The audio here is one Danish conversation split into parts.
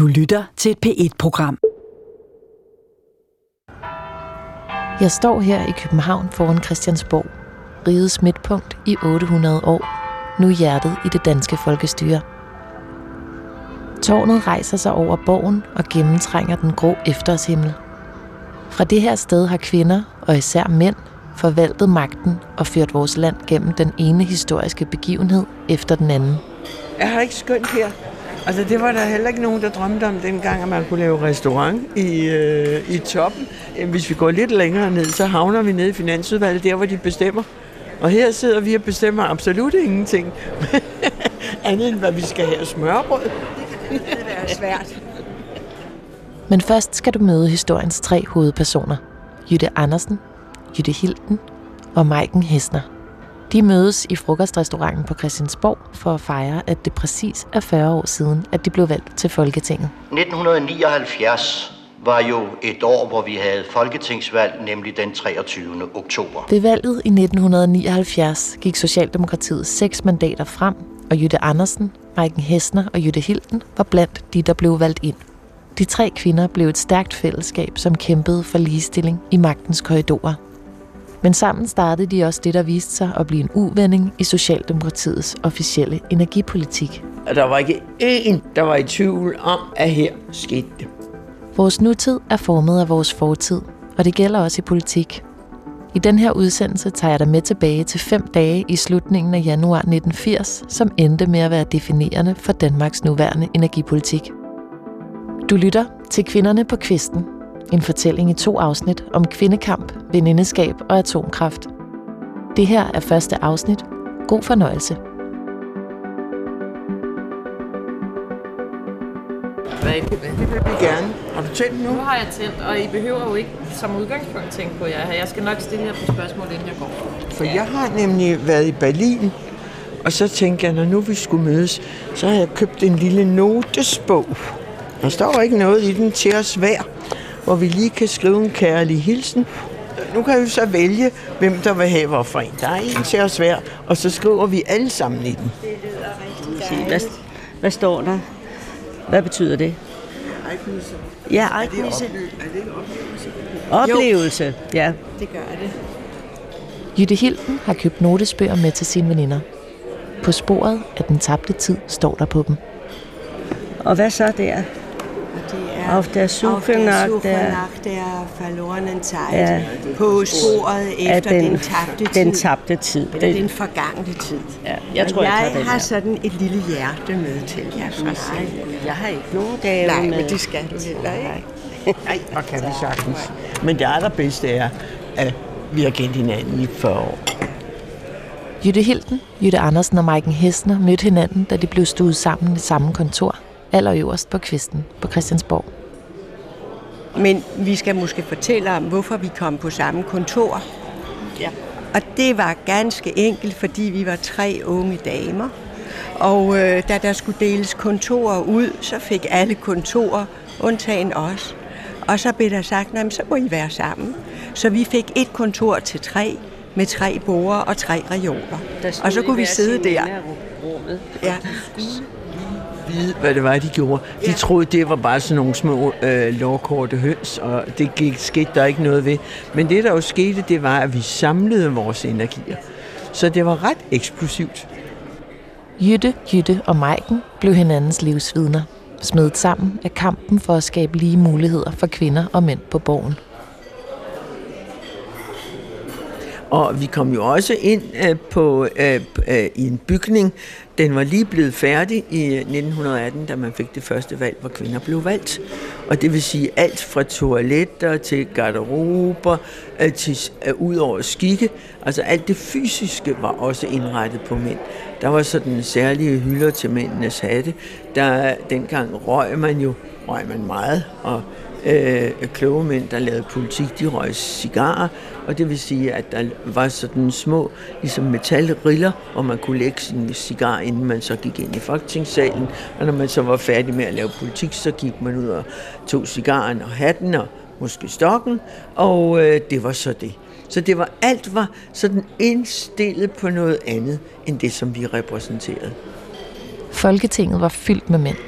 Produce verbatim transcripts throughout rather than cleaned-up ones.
Du lytter til et P et program. Jeg står her i København foran Christiansborg, rigets midtpunkt i otte hundrede år, nu hjertet i det danske folkestyre. Tårnet rejser sig over borgen og gennemtrænger den grå efterårshimmel. Fra det her sted har kvinder, og især mænd, forvaltet magten og ført vores land gennem den ene historiske begivenhed efter den anden. Jeg har ikke skønt her. Altså, det var der heller ikke nogen, der drømte om dengang, at man kunne lave restaurant i, øh, i toppen. Hvis vi går lidt længere ned, så havner vi nede i Finansudvalget, der hvor de bestemmer. Og her sidder vi og bestemmer absolut ingenting. Andet end, hvad vi skal have smørbrød. Det er svært. Men først skal du møde historiens tre hovedpersoner. Jytte Andersen, Jytte Hilden og Maiken Hessner. De mødes i frokostrestauranten på Christiansborg for at fejre, at det præcis er fyrre år siden, at de blev valgt til Folketinget. nitten nioghalvfjerds var jo et år, hvor vi havde folketingsvalg, nemlig den treogtyvende oktober. Ved valget i nitten nioghalvfjerds gik Socialdemokratiet seks mandater frem, og Jytte Andersen, Maiken Hessner og Jytte Hilden var blandt de, der blev valgt ind. De tre kvinder blev et stærkt fællesskab, som kæmpede for ligestilling i magtens korridorer. Men sammen startede de også det, der viste sig at blive en uvending i Socialdemokratiets officielle energipolitik. Der var ikke én, der var i tvivl om, at her skete det. Vores nutid er formet af vores fortid, og det gælder også i politik. I den her udsendelse tager jeg dig med tilbage til fem dage i slutningen af januar nitten firs, som endte med at være definerende for Danmarks nuværende energipolitik. Du lytter til Kvinderne på Kvisten, en fortælling i to afsnit om kvindekamp, venindeskab og atomkraft. Det her er første afsnit. God fornøjelse. Hvad er det? Det vil vi gerne. Har du tændt nu? Nu har jeg tændt, og I behøver jo ikke som udgangspunkt tænke på jer. Jeg skal nok stille jer på spørgsmål, inden jeg går. For jeg har nemlig været i Berlin, og så tænkte jeg, når nu vi skulle mødes, så har jeg købt en lille notesbog. Der står ikke noget i den til os hver, hvor vi lige kan skrive en kærlig hilsen. Nu kan vi så vælge, hvem der vil have hvorfor en. Der er en til os hver, og så skriver vi alle sammen i den. Det lyder rigtig dejligt. Hvad, hvad står der? Hvad betyder det? Ejknisse. Ja, ejknisse. Er det en oplevelse? Oplevelse, ja. Det gør det. Jytte Hilden har købt notesbøger med til sine veninder. På sporet af den tabte tid står der på dem. Og hvad så der? Det er Auf der Suche nach der, nach der verlorenen Zeit. Ja. På sporet efter den, den tabte tid. Den tabte tid. Eller den forgangne tid. Ja, jeg tror, jeg, jeg tager den har her. sådan et lille hjerte med til jer fra sig. Jeg har ikke nogen gave Nej, med. men det skal du heller ikke. Nej, og kan vi sagtens. Men det allerbedste er, at vi har kendt hinanden i fyrre år. Jytte Hilden, Jytte Andersen og Maiken Hessner mødte hinanden, da de blev stuet sammen i samme kontor, allerøverst på kvisten på Christiansborg. Men vi skal måske fortælle om, hvorfor vi kom på samme kontor. Ja. Og det var ganske enkelt, fordi vi var tre unge damer. Og øh, da der skulle deles kontorer ud, så fik alle kontorer, undtagen os. Og så blev der sagt, nej, så må I være sammen. Så vi fik et kontor til tre, med tre borde og tre reoler. Og så kunne vi sidde der. Ja. Vide, hvad det var, de gjorde. De troede, det var bare sådan nogle små øh, lovkorte høns, og det gik, skete der ikke noget ved. Men det, der jo skete, det var, at vi samlede vores energier. Så det var ret eksplosivt. Jytte, Jytte og Maiken blev hinandens livsvidner, smedet sammen af kampen for at skabe lige muligheder for kvinder og mænd på borgen. Og vi kom jo også ind øh, på, øh, øh, i en bygning. Den var lige blevet færdig i nitten atten, da man fik det første valg, hvor kvinder blev valgt. Og det vil sige alt fra toiletter til garderober, øh, til øh, ud over skikke. Altså alt det fysiske var også indrettet på mænd. Der var sådan særlige hylder til mændenes hatte. Der, dengang røg man jo røg man meget, og øh, kloge mænd, der lavede politik, de røg cigarer, og det vil sige, at der var sådan små ligesom metalriller, hvor man kunne lægge sin cigar, inden man så gik ind i Folketingssalen, og når man så var færdig med at lave politik, så gik man ud og tog cigaren og hatten og måske stokken, og øh, det var så det. Så det var, alt var sådan indstillet på noget andet, end det, som vi repræsenterede. Folketinget var fyldt med mænd,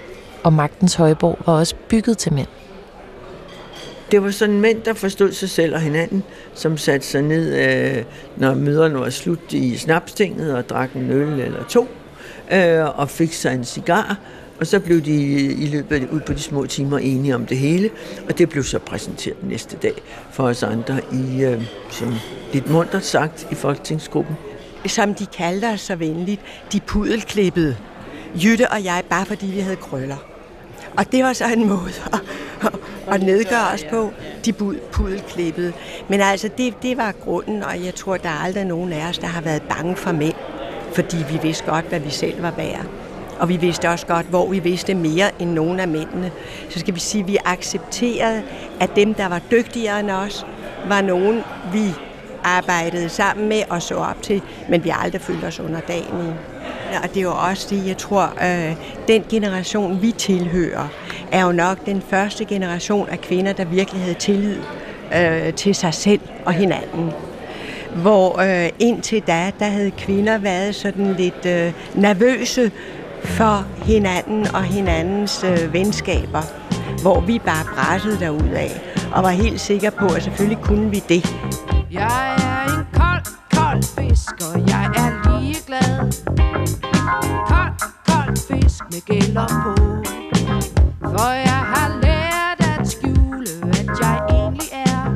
og magtens højborg var også bygget til mænd. Det var sådan mænd, der forstod sig selv og hinanden, som satte sig ned, øh, når møderne var slut i snapstinget og drak en øl eller to, øh, og fik sig en cigar, og så blev de i løbet af ud på de små timer enige om det hele, og det blev så præsenteret næste dag for os andre i, øh, som lidt muntert sagt, i folketingsgruppen. Som de kaldte os så venligt, de pudelklippede. Jytte og jeg, bare fordi vi havde krøller. Og det var så en måde at, at nedgøre os på, de pudelklippede. Men altså, det, det var grunden, og jeg tror, der er aldrig nogen af os, der har været bange for mænd. Fordi vi vidste godt, hvad vi selv var værd. Og vi vidste også godt, hvor vi vidste mere end nogen af mændene. Så skal vi sige, at vi accepterede, at dem, der var dygtigere end os, var nogen, vi arbejdede sammen med og så op til, men vi aldrig følte os underdanige. Og det er jo også det, jeg tror, øh, den generation, vi tilhører, er jo nok den første generation af kvinder, der virkelig havde tillid øh, til sig selv og hinanden. Hvor øh, indtil da, der havde kvinder været sådan lidt øh, nervøse for hinanden og hinandens øh, venskaber, hvor vi bare brassede derudad og var helt sikre på, at selvfølgelig kunne vi det. Jeg er en kold, kold fisk, og jeg er ligeglad. Kold, kold fisk med gælder på. For jeg har lært at skjule, at jeg egentlig er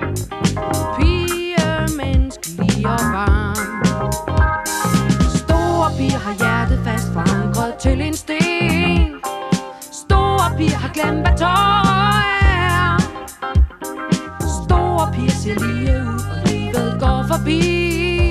pige, menneskelig og varm. Store piger har hjertet fast forankret til en sten. Store piger har glemt, hvad tårer er. Store piger ser lige ud, og livet går forbi.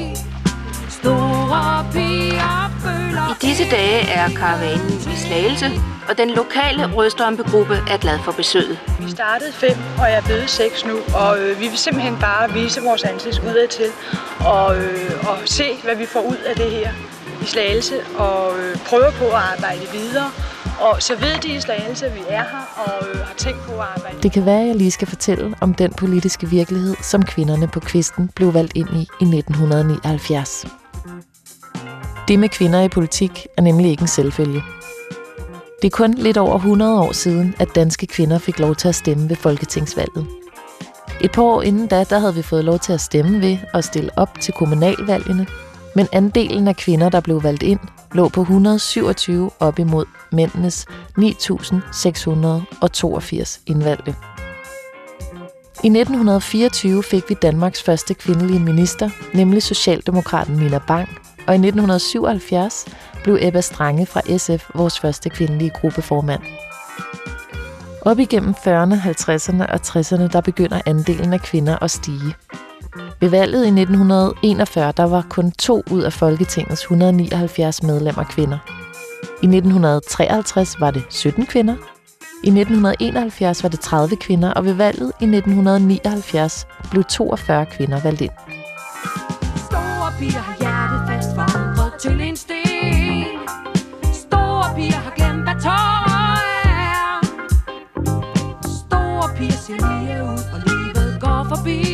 Store piger føler... I disse dage er karavanen i Slagelse, og den lokale rødstrømpegruppe er glad for besøget. Vi startede fem, og jeg er blevet seks nu, og øh, vi vil simpelthen bare vise vores ansigt udad til, og, øh, og se, hvad vi får ud af det her i Slagelse, og øh, prøve på at arbejde videre. Og så ved de i Slagelse, at vi er her, og øh, har tænkt på at arbejde. Det kan være, at jeg lige skal fortælle om den politiske virkelighed, som kvinderne på kvisten blev valgt ind i i nitten nioghalvfjerds. Det med kvinder i politik er nemlig ikke en selvfølge. Det er kun lidt over hundrede år siden, at danske kvinder fik lov til at stemme ved folketingsvalget. Et par år inden da, der havde vi fået lov til at stemme ved og stille op til kommunalvalgene, men andelen af kvinder, der blev valgt ind, lå på et hundrede og syvogtyve op imod mændenes ni tusind seks hundrede og toogfirs indvalgte. I nitten fireogtyve fik vi Danmarks første kvindelige minister, nemlig socialdemokraten Nina Bang, og i nitten syvoghalvfjerds blev Ebba Strange fra S F vores første kvindelige gruppeformand. Op igennem fyrrerne, halvtredserne og tresserne, der begynder andelen af kvinder at stige. Ved valget i nitten enogfyrre, der var kun to ud af Folketingets et hundrede og nioghalvfjerds medlemmer kvinder. I nitten treoghalvtreds var det sytten kvinder. I nitten enoghalvfjerds var det tredive kvinder, og ved valget i nitten nioghalvfjerds blev toogfyrre kvinder valgt ind. Store piger har hjertet fast forankret til en sten. Store piger har glemt, hvad tårer er. Store piger ser lige ud, og livet går forbi.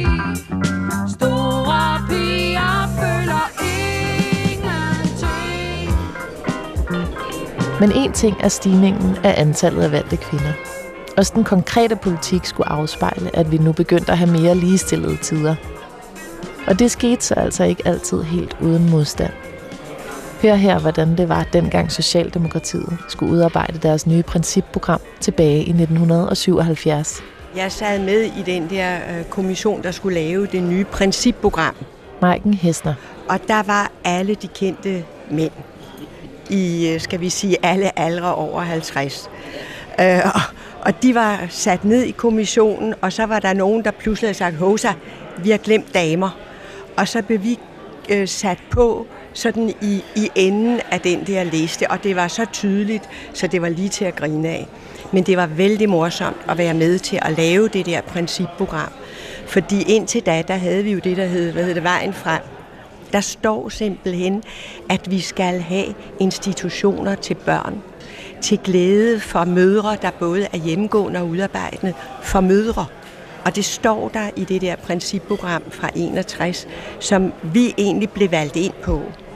Store piger føler ingenting. Men en ting er stigningen af antallet af valgte kvinder. Også den konkrete politik skulle afspejle, at vi nu begyndte at have mere ligestillede tider. Og det skete så altså ikke altid helt uden modstand. Hør her, hvordan det var, dengang Socialdemokratiet skulle udarbejde deres nye principprogram tilbage i nitten syvoghalvfjerds. Jeg sad med i den der øh, kommission, der skulle lave det nye principprogram. Maiken Hessner. Og der var alle de kendte mænd i, skal vi sige, alle aldre over halvtreds. Øh, og, og de var sat ned i kommissionen, og så var der nogen, der pludselig havde sagt, Hosa, vi har glemt damer. Og så blev vi øh, sat på sådan i, i enden af den der liste, og det var så tydeligt, så det var lige til at grine af. Men det var vældig morsomt at være med til at lave det der principprogram. Fordi indtil da, der havde vi jo det, der hed, hvad hed det, Vejen frem. Der står simpelthen, at vi skal have institutioner til børn. Til glæde for mødre, der både er hjemmegående og udarbejdende, for mødre. Og det står der i det der principprogram fra enogtres, som vi egentlig blev valgt ind på.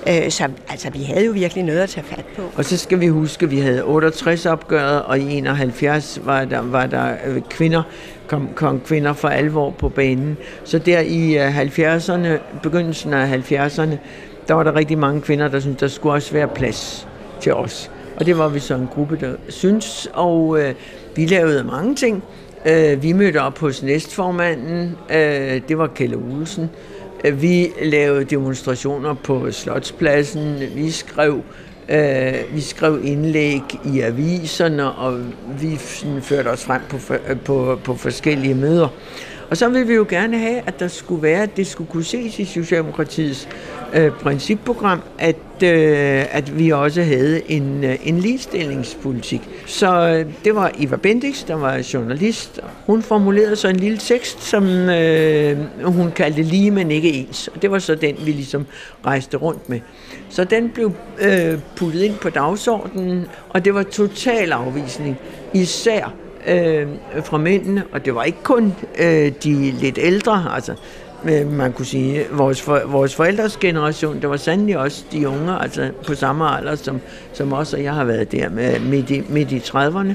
Øh, så altså, vi havde jo virkelig noget at tage fat på. Og så skal vi huske, at vi havde otteogtres-opgøret, og i enoghalvfjerds var der, var der kvinder, kom, kom kvinder for alvor på banen. Så der i halvfjerdserne, begyndelsen af halvfjerdserne, der var der rigtig mange kvinder, der syntes, der skulle også være plads til os. Og det var vi så en gruppe, der syntes, og øh, vi lavede mange ting. Øh, vi mødte op hos næstformanden, øh, det var Kjeld Olsen. Øh, vi lavede demonstrationer på Slotspladsen, vi skrev, øh, vi skrev indlæg i aviserne, og vi sådan, førte os frem på, på, på forskellige møder. Og så ville vi jo gerne have, at der skulle være, at det skulle kunne ses i Socialdemokratiets øh, principprogram, at, øh, at vi også havde en, øh, en ligestillingspolitik. Så øh, det var Eva Bendix, der var journalist. Hun formulerede så en lille tekst, som øh, hun kaldte lige, men ikke ens. Og det var så den, vi ligesom rejste rundt med. Så den blev øh, puttet ind på dagsordenen, og det var total afvisning, især Øh, fra mændene, og det var ikke kun øh, de lidt ældre, altså øh, man kunne sige, vores, for, vores forældres generation, det var sandelig også de unge, altså på samme alder som, som os, og jeg har været der med, midt, i, midt i trediverne.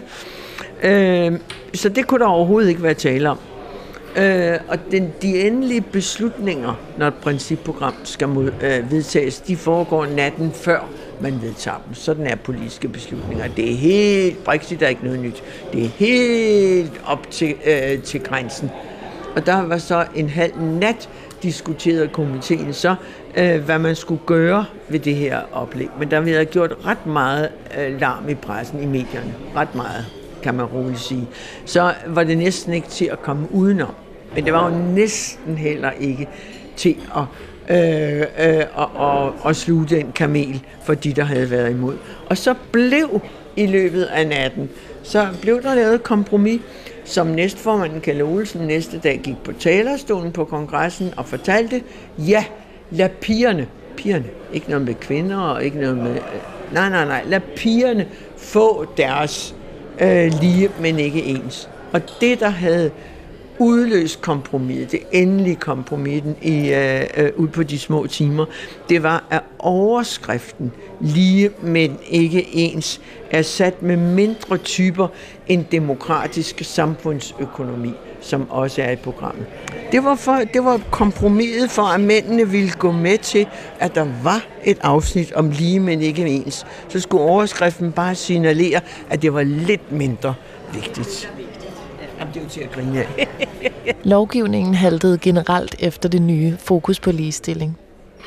Øh, så det kunne der overhovedet ikke være tale om. Øh, og den, de endelige beslutninger, når et principprogram skal mod, øh, vedtages, de foregår natten før man vedtager dem. Sådan er politiske beslutninger. Det er helt, Brexit er ikke noget nyt. Det er helt op til, øh, til grænsen. Og der var så en halv nat diskuteret komiteen så, øh, hvad man skulle gøre ved det her oplæg. Men der havde gjort ret meget øh, larm i pressen, i medierne. Ret meget, kan man roligt sige. Så var det næsten ikke til at komme udenom. Men det var jo næsten heller ikke til at Øh, øh, og, og, og sluge den kamel for de, der havde været imod. Og så blev i løbet af natten, så blev der lavet et kompromis, som næstformanden Kjeld Olsen næste dag gik på talerstolen på kongressen og fortalte, ja, lad pigerne, pigerne, ikke noget med kvinder og ikke noget med, nej, nej, nej, lad pigerne få deres øh, lige, men ikke ens. Og det, der havde udløst kompromis, det endelige kompromis i, øh, øh, ud på de små timer, det var, at overskriften lige, men ikke ens, er sat med mindre typer end demokratisk samfundsøkonomi, som også er i programmet. Det var, for, det var kompromiset for, at mændene ville gå med til, at der var et afsnit om lige, men ikke ens. Så skulle overskriften bare signalere, at det var lidt mindre vigtigt. Jamen, det er jo til at grine af. Lovgivningen haltede generelt efter det nye fokus på ligestilling.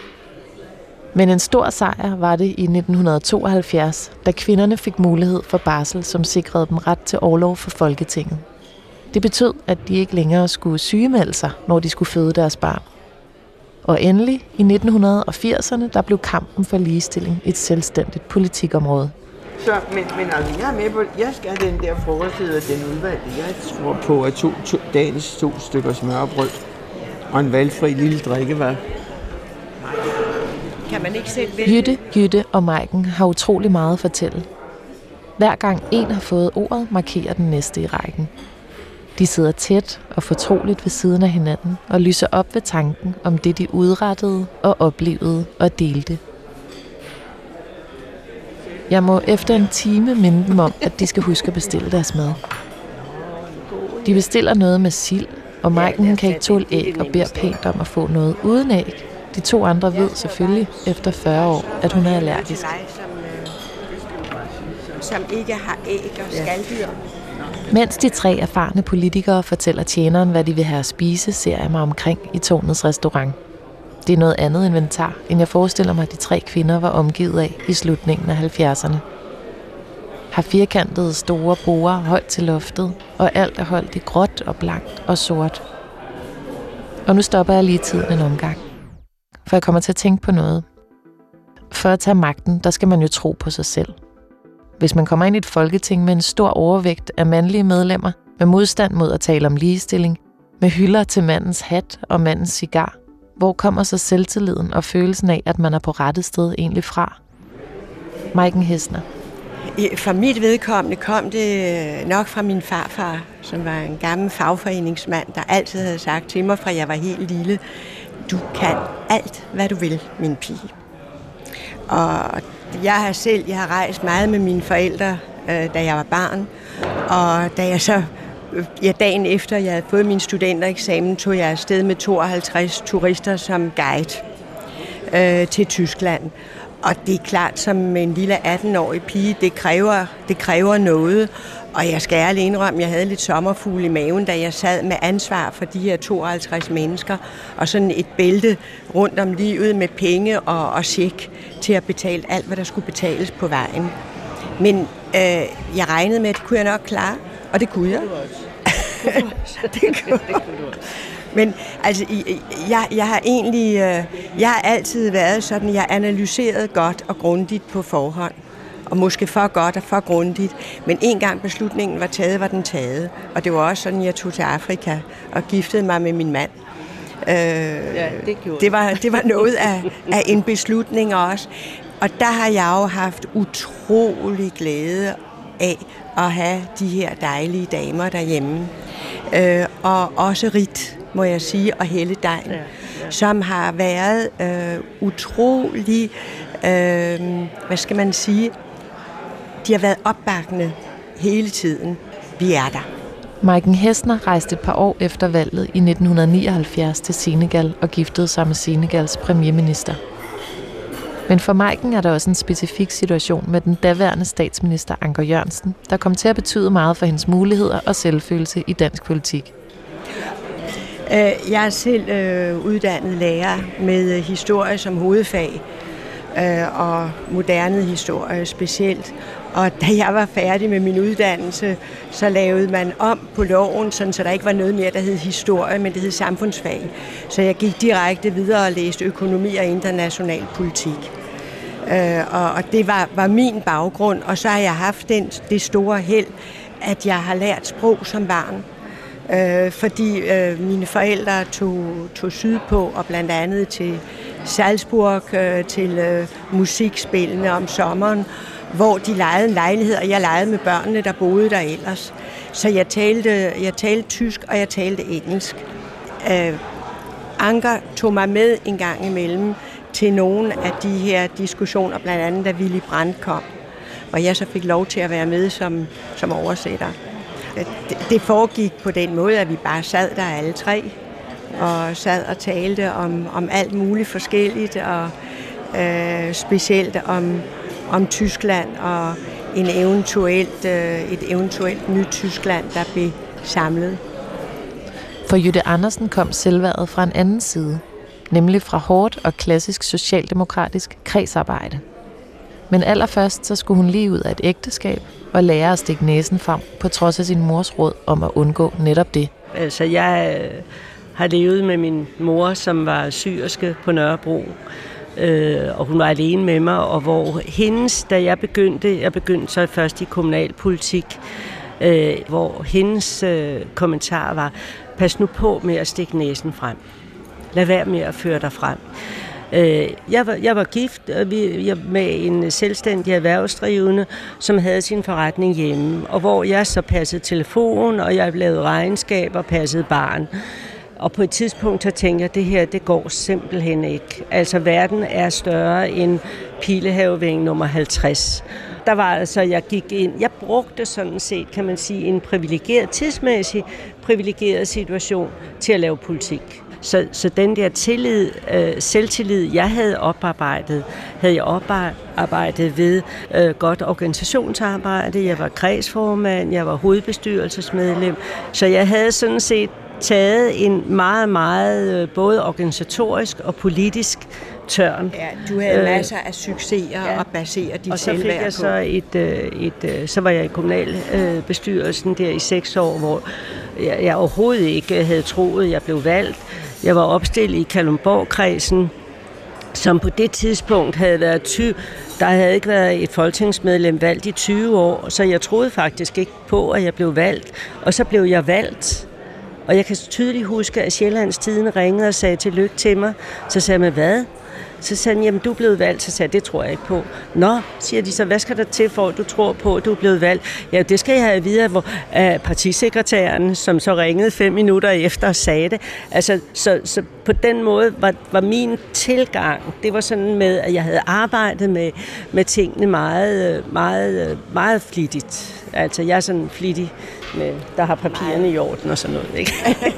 Men en stor sejr var det i nitten tooghalvfjerds, da kvinderne fik mulighed for barsel, som sikrede dem ret til orlov for Folketinget. Det betød, at de ikke længere skulle sygemelde sig, når de skulle føde deres barn. Og endelig, i nitten firserne, der blev kampen for ligestilling et selvstændigt politikområde. Så, men, men altså, jeg er med på, jeg skal have den der frokostleder, den udvalgte. Jeg tror på, at to, to, dagens to stykker smørbrød og en valgfri lille drikkevand. Kan man ikke selv vælge? Jytte, Jytte og Maiken har utrolig meget at fortælle. Hver gang en har fået ordet, markerer den næste i rækken. De sidder tæt og fortroligt ved siden af hinanden og lyser op ved tanken om det, de udrettede og oplevede og delte. Jeg må efter en time minde dem om, at de skal huske at bestille deres mad. De bestiller noget med sild, og Maiken kan ikke tåle æg og beder pænt om at få noget uden æg. De to andre ved selvfølgelig efter fyrre år, at hun er allergisk. Som ikke har æg og skaldyr. Mens de tre erfarne politikere fortæller tjeneren, hvad de vil have at spise, ser jeg mig omkring i tårnets restaurant. Det er noget andet inventar, end jeg forestiller mig, at de tre kvinder var omgivet af i slutningen af halvfjerdserne. Har firkantede store borde højt til loftet, og alt er holdt i gråt og blankt og sort. Og nu stopper jeg lige tiden en omgang, for jeg kommer til at tænke på noget. For at tage magten, der skal man jo tro på sig selv. Hvis man kommer ind i et folketing med en stor overvægt af mandlige medlemmer, med modstand mod at tale om ligestilling, med hylder til mandens hat og mandens cigar, hvor kommer så selvtilliden og følelsen af, at man er på rette sted egentlig fra? Maiken Hesner. For mit vedkommende kom det nok fra min farfar, som var en gammel fagforeningsmand, der altid havde sagt til mig, fra jeg var helt lille, du kan alt, hvad du vil, min pige. Og jeg har selv jeg har rejst meget med mine forældre, øh, da jeg var barn. Og da jeg så, ja, dagen efter jeg havde fået min studentereksamen, tog jeg afsted med tooghalvtreds turister som guide øh, til Tyskland. Og det er klart, som en lille atten-årig pige, det kræver, det kræver noget. Og jeg skal ærligt indrømme, at jeg havde lidt sommerfugle i maven, da jeg sad med ansvar for de her tooghalvtreds mennesker, og sådan et bælte rundt om livet med penge og, og check til at betale alt, hvad der skulle betales på vejen. Men øh, jeg regnede med, at det kunne jeg nok klare, og det kunne jeg. det kunne jeg. Men altså, jeg, jeg har egentlig, jeg har altid været sådan, jeg analyserede godt og grundigt på forhånd. Og måske for godt og for grundigt. Men en gang beslutningen var taget, var den taget. Og det var også sådan, jeg tog til Afrika og giftede mig med min mand. Øh, ja, det, det, var, det var noget af, af en beslutning også. Og der har jeg jo haft utrolig glæde af at have de her dejlige damer derhjemme. Øh, og også Rit, må jeg sige, og Helle Degn, ja, ja. Som har været øh, utrolig, øh, hvad skal man sige, de har været opbakkende hele tiden. Vi er der. Maiken Hessner rejste et par år efter valget i nitten nioghalvfjerds til Senegal og giftede sig med Senegals premierminister. Men for Maiken er der også en specifik situation med den daværende statsminister Anker Jørgensen, der kom til at betyde meget for hendes muligheder og selvfølelse i dansk politik. Jeg er selv øh, uddannet lærer med historie som hovedfag, øh, og moderne historie specielt. Og da jeg var færdig med min uddannelse, så lavede man om på loven, sådan, så der ikke var noget mere, der hed historie, men det hed samfundsfag. Så jeg gik direkte videre og læste økonomi og international politik. Øh, og, og det var, var min baggrund, og så har jeg haft den, det store held, at jeg har lært sprog som barn. Øh, fordi øh, mine forældre tog, tog sydpå, og blandt andet til Salzburg, øh, til øh, musikspillene om sommeren, hvor de lejede en lejlighed, og jeg legede med børnene, der boede der ellers. Så jeg talte, jeg talte tysk, og jeg talte engelsk. Øh, Anker tog mig med en gang imellem til nogle af de her diskussioner, blandt andet da Willy Brandt kom, og jeg så fik lov til at være med som, som oversætter. Det, det foregik på den måde, at vi bare sad der alle tre, og sad og talte om, om alt muligt forskelligt, og øh, specielt om, om Tyskland og en eventuelt, øh, et eventuelt nyt Tyskland, der blev samlet. For Jytte Andersen kom selvværdet fra en anden side, nemlig fra hårdt og klassisk socialdemokratisk kredsarbejde. Men allerførst så skulle hun lige ud af et ægteskab og lære at stikke næsen frem, på trods af sin mors råd om at undgå netop det. Altså, jeg har levet med min mor, som var syerske på Nørrebro, øh, og hun var alene med mig, og hvor hendes, da jeg begyndte, jeg begyndte så først i kommunalpolitik, øh, hvor hendes øh, kommentar var, pas nu på med at stikke næsen frem. Lad være med at føre dig frem. Jeg var, jeg var gift med en selvstændig erhvervsdrivende, som havde sin forretning hjemme, og hvor jeg så passede telefon, og jeg lavede regnskab og passede barn. Og på et tidspunkt så tænkte jeg, at det her, det går simpelthen ikke. Altså, verden er større end Pilehavevæng nummer halvtreds. Der var altså, jeg gik ind, jeg brugte sådan set, kan man sige, en privilegeret, tidsmæssig privilegeret situation til at lave politik. Så, så den der tillid, øh, selvtillid, jeg havde oparbejdet, havde jeg oparbejdet ved øh, godt organisationsarbejde. Jeg var kredsformand, jeg var hovedbestyrelsesmedlem, så jeg havde sådan set taget en meget, meget øh, både organisatorisk og politisk tørn. Ja, du havde masser af succeser ja. At basere dit og selvværd på. Og så fik jeg så et, et, et så var jeg i kommunalbestyrelsen der i seks år, hvor jeg, jeg overhovedet ikke havde troet, jeg blev valgt. Jeg var opstillet i Kalundborg-kredsen, som på det tidspunkt havde været tyve. Der havde ikke været et folketingsmedlem valgt i tyve år, så jeg troede faktisk ikke på, at jeg blev valgt. Og så blev jeg valgt. Og jeg kan tydeligt huske, at Sjællands Tidende ringede og sagde tillykke til mig. Så sagde jeg, hvad? Så sagde han, jamen du er blevet valgt. Så sagde jeg, det tror jeg ikke på. Nå, siger de så, hvad skal der til for, at du tror på, at du er blevet valgt? Ja, det skal jeg have at vide af, af partisekretæren, som så ringede fem minutter efter og sagde det. Altså, så, så på den måde var, var min tilgang, det var sådan med, at jeg havde arbejdet med, med tingene meget, meget, meget flittigt. Altså, jeg er sådan flittig, med, der har papirerne i orden og sådan noget, ikke?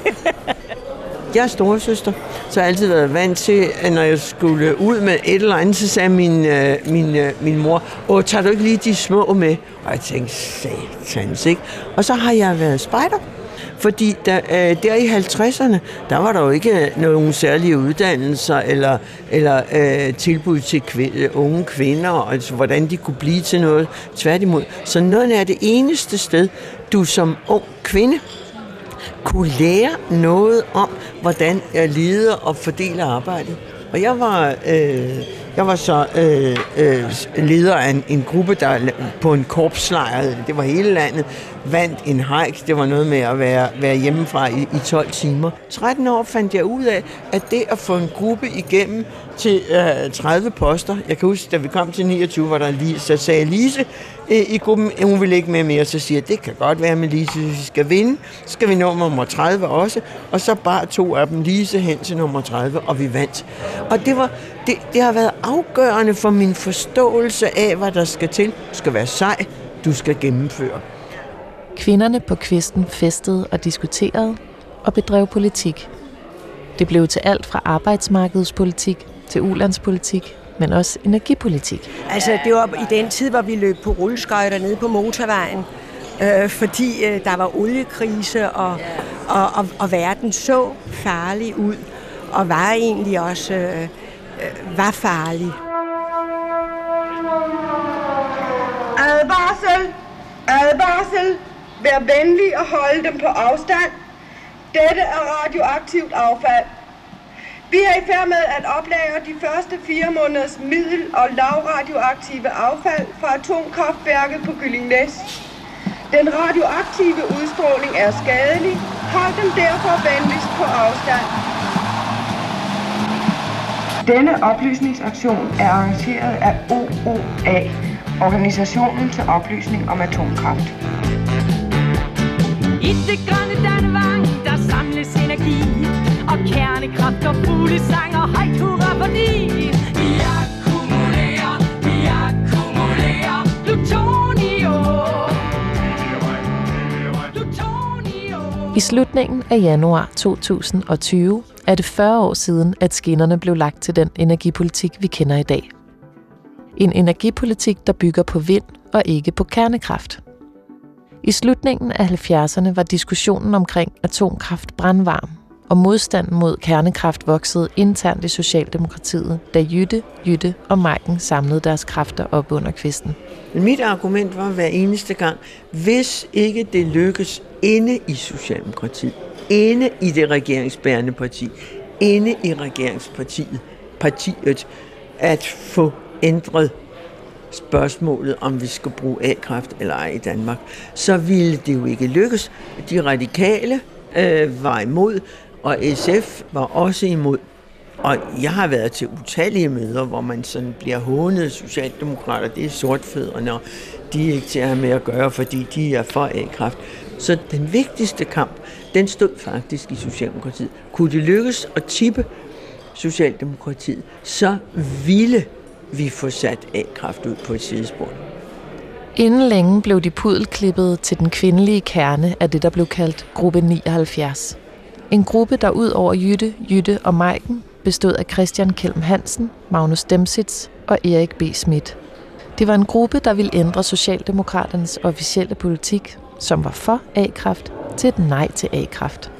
Jeg er storesøster, så har jeg altid været vant til, at når jeg skulle ud med et eller andet, så sagde min, øh, min, øh, min mor, åh, tager du ikke lige de små med? Og jeg tænkte, satans, ikke? Og så har jeg været spejder, fordi der, øh, der i halvtredserne, der var der jo ikke nogen særlige uddannelser eller, eller øh, tilbud til kv- unge kvinder, altså hvordan de kunne blive til noget. Tværtimod. Så noget er det eneste sted, du som ung kvinde kunne lære noget om, hvordan jeg leder og fordeler arbejdet. Og jeg var, øh, jeg var så øh, øh, leder af en, en gruppe, der på en korpslejr, det var hele landet, vandt en hike. Det var noget med at være, være hjemmefra i, i tolv timer. tretten år fandt jeg ud af, at det at få en gruppe igennem til øh, tredive poster, jeg kan huske, da vi kom til niogtyve, var der lige, så sagde Lise øh, i gruppen, hun ville ikke med mere, så siger jeg, det kan godt være med Lise, hvis vi skal vinde, så skal vi nå nummer tredive også, og så bare to af dem Lise hen til nummer tredive, og vi vandt. Og det, var, det, det har været afgørende for min forståelse af, hvad der skal til. Du skal være sej, du skal gennemføre. Kvinderne på kvisten festede og diskuterede og bedrev politik. Det blev til alt fra arbejdsmarkedspolitik til ulandspolitik, men også energipolitik. Altså, det var i den tid, hvor vi løb på rulleskøjter nede på motorvejen, øh, fordi øh, der var oliekrise, og, og, og, og verden så farlig ud, og var egentlig også øh, øh, var farlig. Advarsel! Advarsel! Vær venlig og holde dem på afstand. Dette er radioaktivt affald. Vi er i færd med at oplagre de første fire måneders middel- og lavradioaktive affald fra atomkraftværket på Gyllingnæs. Den radioaktive udstråling er skadelig. Hold dem derfor venligst på afstand. Denne oplysningsaktion er arrangeret af O O A, Organisationen til Oplysning om Atomkraft. I det grønne Dannevang, der samles energi, og kernekraft og fuglesang og højt hurra fordi vi akkumulerer, vi akkumulerer plutonium. Plutonium. I slutningen af januar to tusind og tyve er det fyrre år siden, at skinnerne blev lagt til den energipolitik, vi kender i dag. En energipolitik, der bygger på vind og ikke på kernekraft. I slutningen af halvfjerdserne var diskussionen omkring atomkraft brandvarm, og modstanden mod kernekraft voksede internt i Socialdemokratiet, da Jytte, Jytte og Maiken samlede deres kræfter op under kvisten. Mit argument var hver eneste gang, hvis ikke det lykkes inde i Socialdemokratiet, inde i det regeringsbærende parti, inde i regeringspartiet, partiet, at få ændret spørgsmålet, om vi skal bruge A-kraft eller ej i Danmark, så ville det jo ikke lykkes. De radikale øh, var imod, og S F var også imod. Og jeg har været til utallige møder, hvor man sådan bliver hånet socialdemokrater, det er sortfødderne, og de er ikke til at have med at gøre, fordi de er for A-kraft. Så den vigtigste kamp, den stod faktisk i Socialdemokratiet. Kunne det lykkes at tippe Socialdemokratiet, så ville vi få sat A-kraft ud på et sidespor. Inden længe blev de pudelklippet til den kvindelige kerne af det, der blev kaldt gruppe nioghalvfjerds. En gruppe, der ud over Jytte, Jytte og Maiken bestod af Christian Kelm Hansen, Magnus Demsitz og Erik B. Schmidt. Det var en gruppe, der ville ændre Socialdemokraternes officielle politik, som var for A-kraft, til et nej til A-kraft.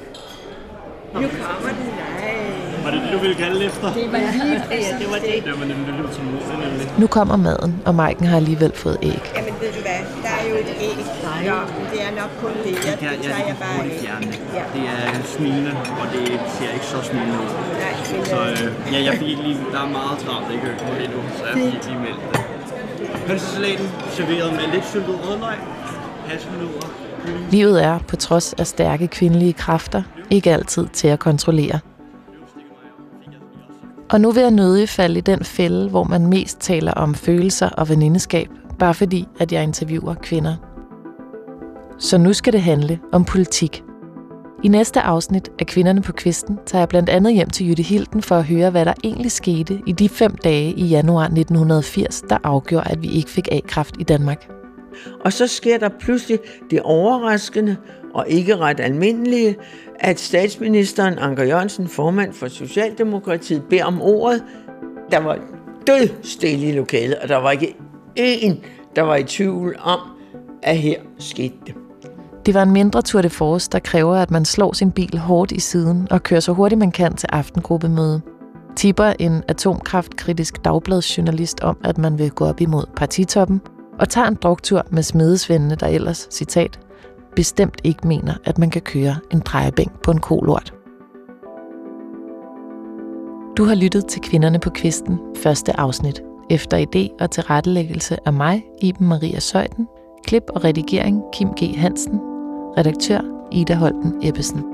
Nu kommer det. Var det det, du ville kalde efter? Det var lige præcis det. Var det. Det var nemlig det, lød som noget. Nu kommer maden, og Maiken har alligevel fået æg. Jamen ved du hvad, der er jo et æg. Nå, det er nok kun det. Jeg, jeg, det tager jeg bare af. Ja. Det er smilende, og det ser ikke så smilende ud. Nej, men, så øh, ja, jeg fik ikke lige, der er meget travlt, ikke hørt på det nu, så jeg fik ikke lige meldt det. Hønsesalaten serveret med lidt syltet rødløg, hasselnødder. Livet er, på trods af stærke kvindelige kræfter, ikke altid til at kontrollere. Og nu vil jeg nødig falde i den fælde, hvor man mest taler om følelser og venindeskab, bare fordi, at jeg interviewer kvinder. Så nu skal det handle om politik. I næste afsnit af Kvinderne på Kvisten tager jeg blandt andet hjem til Jytte Hilden for at høre, hvad der egentlig skete i de fem dage i januar nitten firs, der afgjorde, at vi ikke fik A-kræft i Danmark. Og så sker der pludselig det overraskende og ikke ret almindelige, at statsministeren Anker Jørgensen, formand for Socialdemokratiet, beder om ordet. Der var død stille i lokalet, og der var ikke én, der var i tvivl om, at her skete det. Det var en mindre tour de force, der kræver, at man slår sin bil hårdt i siden og kører så hurtigt man kan til aftengruppemøde. Tipper en atomkraftkritisk dagbladsjournalist om, at man vil gå op imod partitoppen, og tager en druktur med smedesvendene, der ellers, citat, bestemt ikke mener, at man kan køre en drejebænk på en kolort. Du har lyttet til Kvinderne på Kvisten, første afsnit, efter idé og tilrettelæggelse af mig, Iben Maria Zeuthen, klip og redigering Kim G. Hansen, redaktør Ida Holten Ebbesen.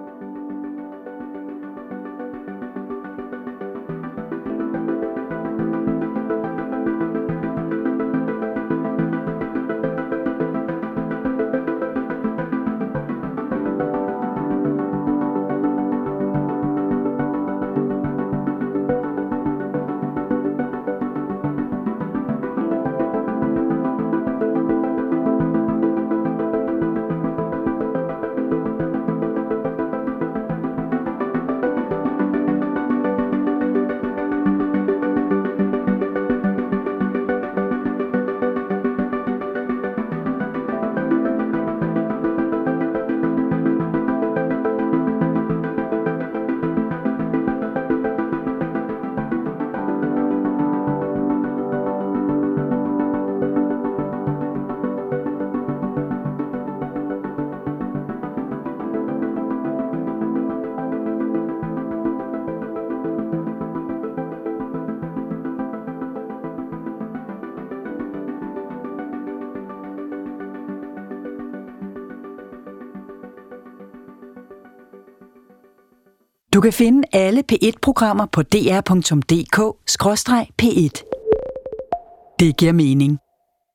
Du kan finde alle P et-programmer på d r punktum d k skråstreg p et. Det giver mening.